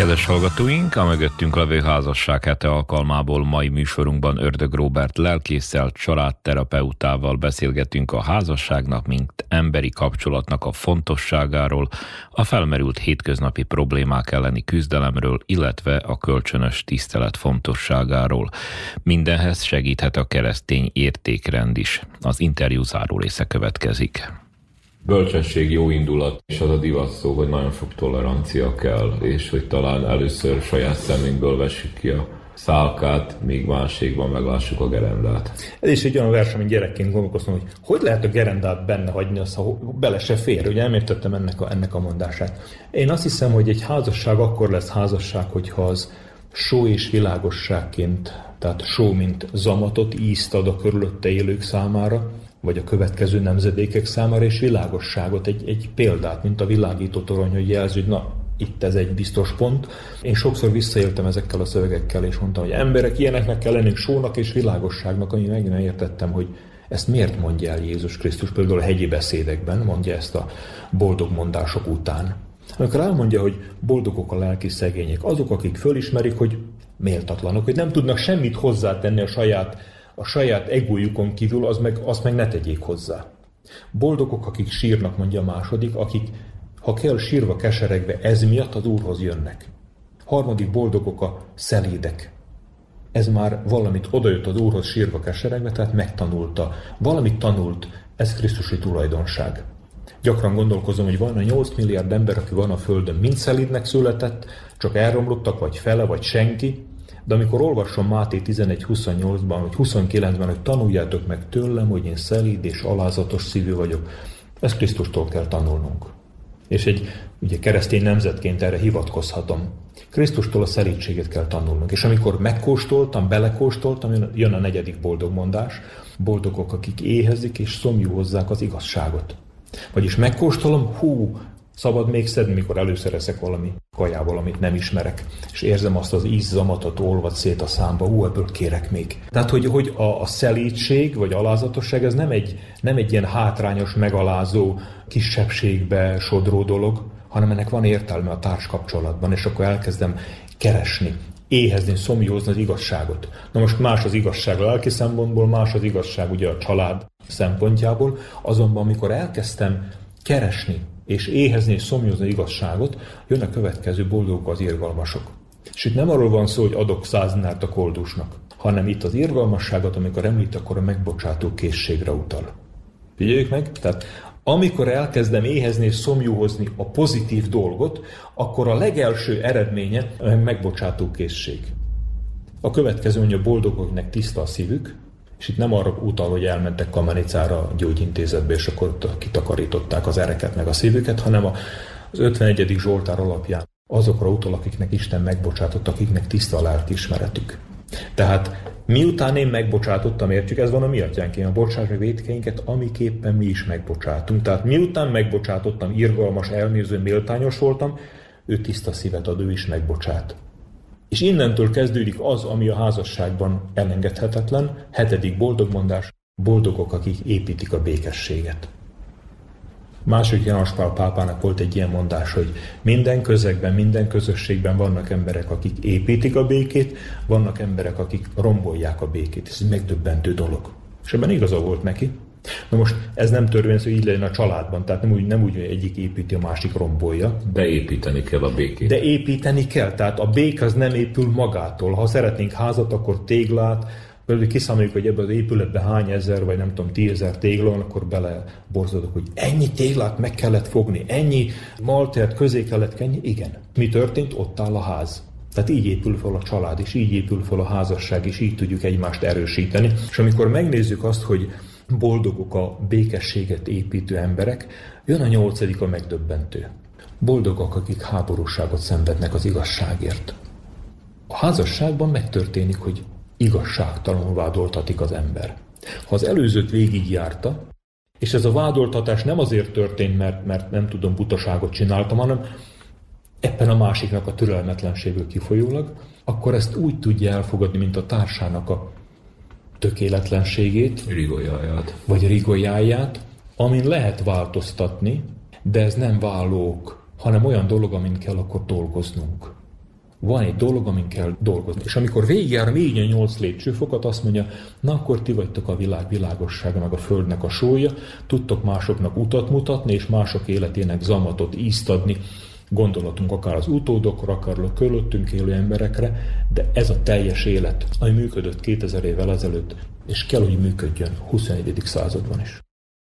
Kedves hallgatóink, a mögöttünk levő házasság hete alkalmából mai műsorunkban Ördög Róbert lelkésszel, családterapeutával beszélgetünk a házasságnak, mint emberi kapcsolatnak a fontosságáról, a felmerült hétköznapi problémák elleni küzdelemről, illetve a kölcsönös tisztelet fontosságáról. Mindenhez segíthet a keresztény értékrend is. Az interjú záró része következik. Bölcsesség, jó indulat, és az a divat szó, hogy nagyon sok tolerancia kell, és hogy talán először saját szemünkből vessük ki a szálkát, míg másikban meglássuk a gerendát. Ez is egy olyan vers, amit gyerekként gondolkoztam, hogy hogy lehet a gerendát benne hagyni, azt, ha bele se fér. Ugye nem értettem ennek a, ennek a mondását. Én azt hiszem, hogy egy házasság akkor lesz házasság, hogyha az só és világosságként, tehát só, mint zamatot, ízt ad a körülötte élők számára, vagy a következő nemzedékek számára, és világosságot, egy, egy példát, mint a világító torony, hogy jelzi, hogy na, itt ez egy biztos pont. Én sokszor visszaéltem ezekkel a szövegekkel, és mondtam, hogy emberek ilyeneknek kell lennünk, sónak és világosságnak, ami meg nem értettem, hogy ezt miért mondja el Jézus Krisztus, például a hegyi beszédekben mondja ezt a boldog mondások után. Amikor elmondja, hogy boldogok a lelki szegények, azok, akik fölismerik, hogy méltatlanok, hogy nem tudnak semmit hozzátenni a saját a saját egójukon kívül, az meg, azt meg ne tegyék hozzá. Boldogok, akik sírnak, mondja a második, akik, ha kell, sírva keseregve, ez miatt az Úrhoz jönnek. Harmadik, boldogok a szelédek. Ez már valamit odajött az Úrhoz sírva keseregve, tehát megtanulta. Valamit tanult, ez krisztusi tulajdonság. Gyakran gondolkozom, hogy van a nyolc milliárd ember, aki van a Földön, mind szelídnek született, csak elromlottak, vagy fele, vagy senki. De amikor olvasom Máté tizenegy huszonnyolcban, vagy huszonkilencben, hogy tanuljátok meg tőlem, hogy én szelíd és alázatos szívű vagyok, ezt Krisztustól kell tanulnunk. És egy ugye keresztény nemzetként erre hivatkozhatom. Krisztustól a szelídséget kell tanulnunk. És amikor megkóstoltam, belekóstoltam, jön a negyedik boldogmondás. Boldogok, akik éhezik és szomjú hozzák az igazságot. Vagyis megkóstolom, hú, szabad még szedni, mikor először eszek valami kajából, amit nem ismerek, és érzem azt az ízzamatot olvad szét a számba, hú, ebből kérek még. Tehát, hogy, hogy a, a szelídség, vagy alázatosság, ez nem egy, nem egy ilyen hátrányos, megalázó, kisebbségbe sodró dolog, hanem ennek van értelme a társkapcsolatban, és akkor elkezdem keresni, éhezni, szomjózni az igazságot. Na most más az igazság a lelki szempontból, más az igazság ugye a család szempontjából, azonban amikor elkezdtem keresni, és éhezni és szomjózni igazságot, jön a következő boldogok az irgalmasok. És itt nem arról van szó, hogy adok száz dinárt a koldusnak, hanem itt az irgalmasságot, amikor említ, akkor a megbocsátó készségre utal. Figyeljük meg, tehát amikor elkezdem éhezni és szomjúhozni a pozitív dolgot, akkor a legelső eredménye a megbocsátó készség. A következő mondja, a boldogoknak tiszta a szívük, és itt nem arra utal, hogy elmentek Kamenicára a gyógyintézetbe, és akkor ott kitakarították az ereket meg a szívüket, hanem az ötvenegyedik Zsoltár alapján azokra utal, akiknek Isten megbocsátott, akiknek tiszta a lelkiismeretük. Tehát miután én megbocsátottam, értjük, ez van a mi atyánk, én a bocsáss meg vétkeinket, amiképpen mi is megbocsátunk. Tehát miután megbocsátottam, irgalmas, elnéző, méltányos voltam, ő tiszta szívet ad, ő is megbocsát. És innentől kezdődik az, ami a házasságban elengedhetetlen, hetedik boldogmondás, boldogok, akik építik a békességet. Második János Pál pápának volt egy ilyen mondás, hogy minden közegben, minden közösségben vannak emberek, akik építik a békét, vannak emberek, akik rombolják a békét. Ez egy megdöbbentő dolog. És ebben igaza volt neki. Na most ez nem törvényszerű, hogy így legyen a családban, tehát nem úgy, nem úgy, hogy egyik építi, a másik rombolja. De építeni kell a békét. De építeni kell, tehát a bék az nem épül magától. Ha szeretnénk házat, akkor téglát, például kiszámoljuk, hogy ebben az épületben hány ezer, vagy nem tudom, tízezer tégla van, akkor beleborzodok, hogy ennyi téglát meg kellett fogni, ennyi maltert közé kellett kenni. Igen. Mi történt? Ott áll a ház. Tehát így épül fel a család, és így épül fel a házasság, és így tudjuk egymást erősíteni. És amikor megnézzük azt, hogy boldogok a békességet építő emberek, jön a nyolcadik, a megdöbbentő. Boldogok, akik háborúságot szenvednek az igazságért. A házasságban megtörténik, hogy igazságtalanul vádoltatik az ember. Ha az előzőt végigjárta, és ez a vádoltatás nem azért történt, mert, mert nem tudom, butaságot csináltam, hanem ebben a másiknak a türelmetlenségből kifolyólag, akkor ezt úgy tudja elfogadni, mint a társának a tökéletlenségét, rigójáját, vagy rigójáját, amin lehet változtatni, de ez nem vállók, hanem olyan dolog, amin kell akkor dolgoznunk. van egy dolog, amin kell dolgozni. És amikor végigjár a négy nyolc lépcsőfokat, azt mondja, na akkor ti vagytok a világ világossága, meg a földnek a sója, tudtok másoknak utat mutatni, és mások életének zamatot, ízt adni, gondolatunk akár az utódokra, akár a körülöttünk élő emberekre, de ez a teljes élet, ami működött kétezer évvel ezelőtt, és kell, hogy működjön huszonegyedik században is.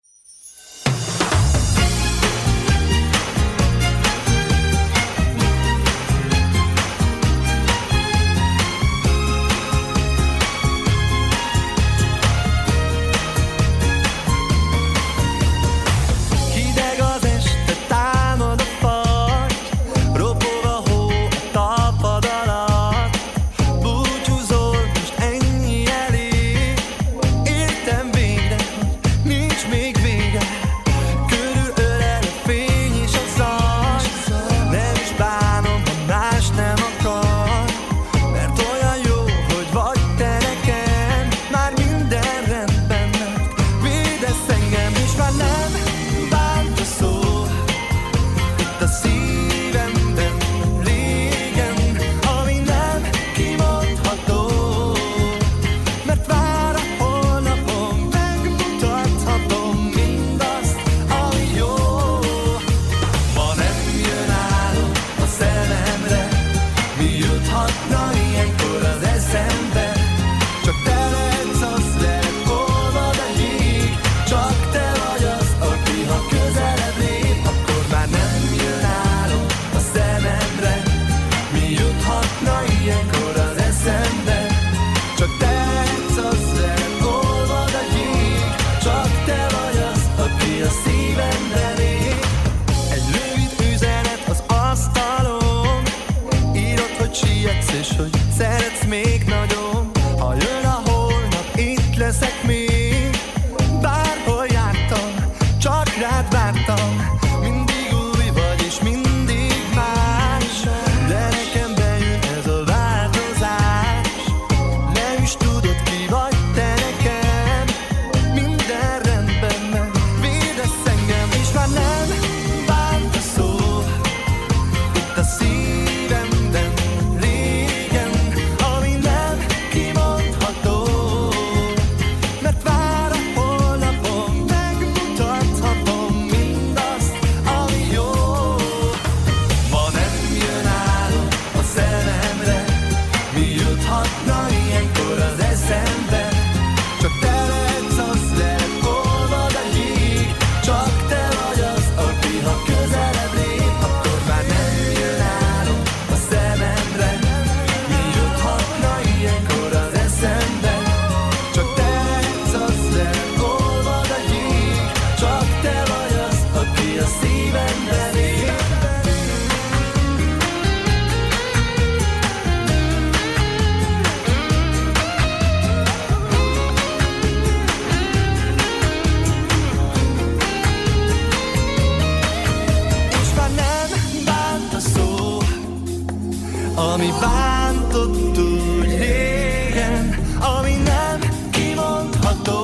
ami bántott úgy régen, ami nem kimondható.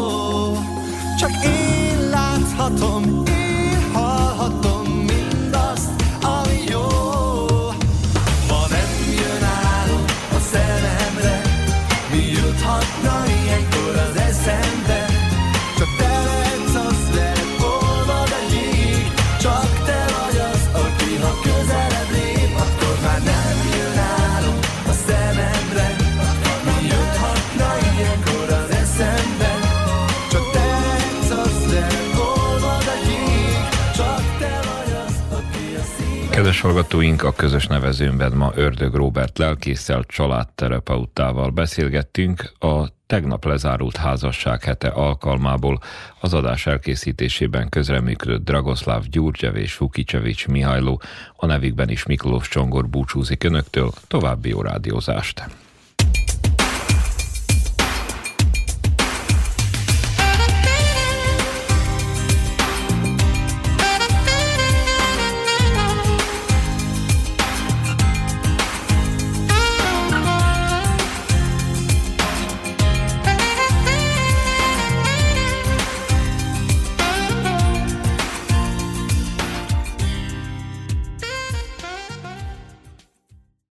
Csak én láthatom, én hallhatom mindazt, ami jó. Ma nem jön álom a szememre, mi juthatna ilyenkor az eszembe. Csak te lehetsz, az lehet, olvad a jég, csak te vagy az, aki ha közelebb lép, akkor már nem jön álom a szememre. Mi juthatna ilyenkor az eszembe. Csak te lehetsz, az lehet, olvad a jég, csak te vagy az, aki a szívem. Kedves hallgatóink, a közös nevezőmben ma Ördög Róbert lelkésszel, családterapeutával beszélgettünk a tegnap lezárult házasság hete alkalmából. Az adás elkészítésében közreműködött Dragoszláv Gyurgyev és Fukicsevics Mihajló, a nevükben is Miklós Csongor búcsúzik önöktől, további jó rádiózást!